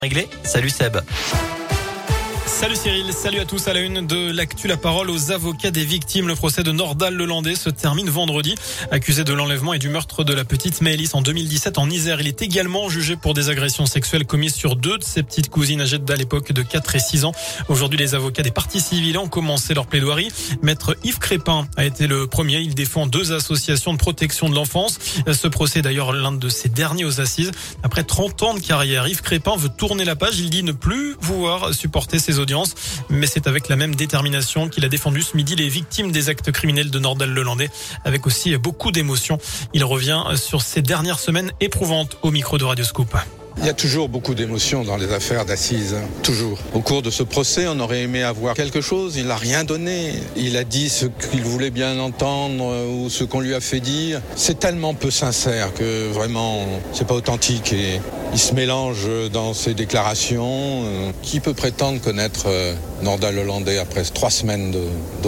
Réglé. Salut Seb. Salut Cyril, salut à tous. À la une de l'actu, la parole aux avocats des victimes. Le procès de Nordal-Lelandais se termine vendredi. Accusé de l'enlèvement et du meurtre de la petite Maëlys en 2017 en Isère, il est également jugé pour des agressions sexuelles commises sur deux de ses petites cousines âgées à l'époque de 4 et 6 ans. Aujourd'hui, les avocats des parties civiles ont commencé leur plaidoirie. Maître Yves Crépin a été le premier. Il défend deux associations de protection de l'enfance. Ce procès est d'ailleurs l'un de ces derniers aux assises. Après 30 ans de carrière, Yves Crépin veut tourner la page. Il dit ne plus vouloir supporter ses audiences. Mais c'est avec la même détermination qu'il a défendu ce midi les victimes des actes criminels de Nordal-Lelandais, avec aussi beaucoup d'émotion. Il revient sur ces dernières semaines éprouvantes au micro de Radio Scoop. Il y a toujours beaucoup d'émotions dans les affaires d'assises, toujours. Au cours de ce procès, on aurait aimé avoir quelque chose, il n'a rien donné. Il a dit ce qu'il voulait bien entendre ou ce qu'on lui a fait dire. C'est tellement peu sincère que vraiment, c'est pas authentique et il se mélange dans ses déclarations. Qui peut prétendre connaître Nordal-Lelandais après 3 semaines d'audience ?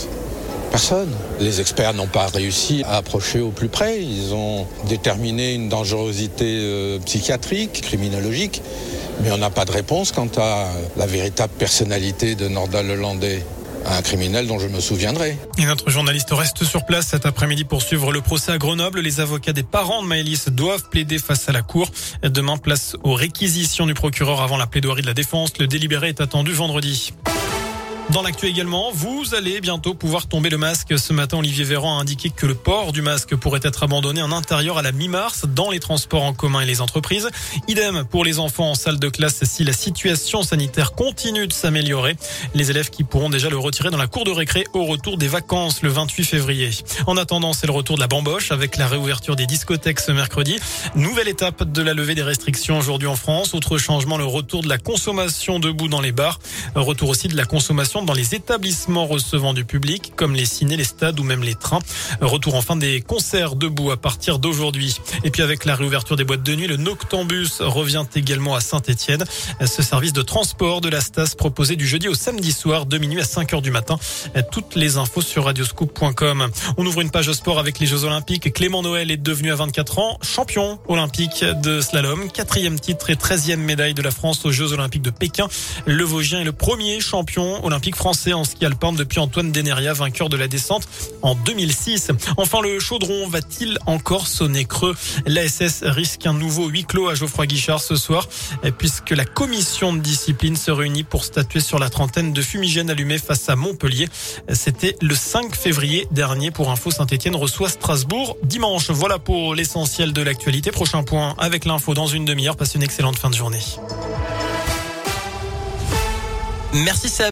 Personne. Les experts n'ont pas réussi à approcher au plus près. Ils ont déterminé une dangerosité psychiatrique, criminologique, mais on n'a pas de réponse quant à la véritable personnalité de Nordal-Lelandais. Un criminel dont je me souviendrai. Et notre journaliste reste sur place cet après-midi pour suivre le procès à Grenoble. Les avocats des parents de Maëlys doivent plaider face à la cour. Demain, place aux réquisitions du procureur avant la plaidoirie de la défense. Le délibéré est attendu vendredi. Dans l'actu également, vous allez bientôt pouvoir tomber le masque. Ce matin, Olivier Véran a indiqué que le port du masque pourrait être abandonné en intérieur à la mi-mars dans les transports en commun et les entreprises. Idem pour les enfants en salle de classe si la situation sanitaire continue de s'améliorer. Les élèves qui pourront déjà le retirer dans la cour de récré au retour des vacances le 28 février. En attendant, c'est le retour de la bamboche avec la réouverture des discothèques ce mercredi. Nouvelle étape de la levée des restrictions aujourd'hui en France. Autre changement, le retour de la consommation debout dans les bars. Retour aussi de la consommation dans les établissements recevant du public, comme les cinés, les stades ou même les trains. Retour enfin des concerts debout à partir d'aujourd'hui. Et puis avec la réouverture des boîtes de nuit, le Noctambus revient également à Saint-Étienne. Ce service de transport de la Stas proposé du jeudi au samedi soir de minuit à 5h du matin. Toutes les infos sur radioscoop.com. On ouvre une page sport avec les Jeux Olympiques. Clément Noël est devenu à 24 ans champion olympique de slalom. 4e titre et 13e médaille de la France aux Jeux Olympiques de Pékin. Le Vosgien est le premier champion olympique français en ski alpin depuis Antoine Deneria, vainqueur de la descente en 2006. Enfin, le chaudron va-t-il encore sonner creux? L'ASS risque un nouveau huis clos à Geoffroy-Guichard ce soir, puisque la commission de discipline se réunit pour statuer sur la trentaine de fumigènes allumés face à Montpellier. C'était le 5 février dernier. Pour info, Saint-Étienne reçoit Strasbourg dimanche. Voilà pour l'essentiel de l'actualité. Prochain point avec l'info dans une demi-heure. Passez une excellente fin de journée. Merci Seb.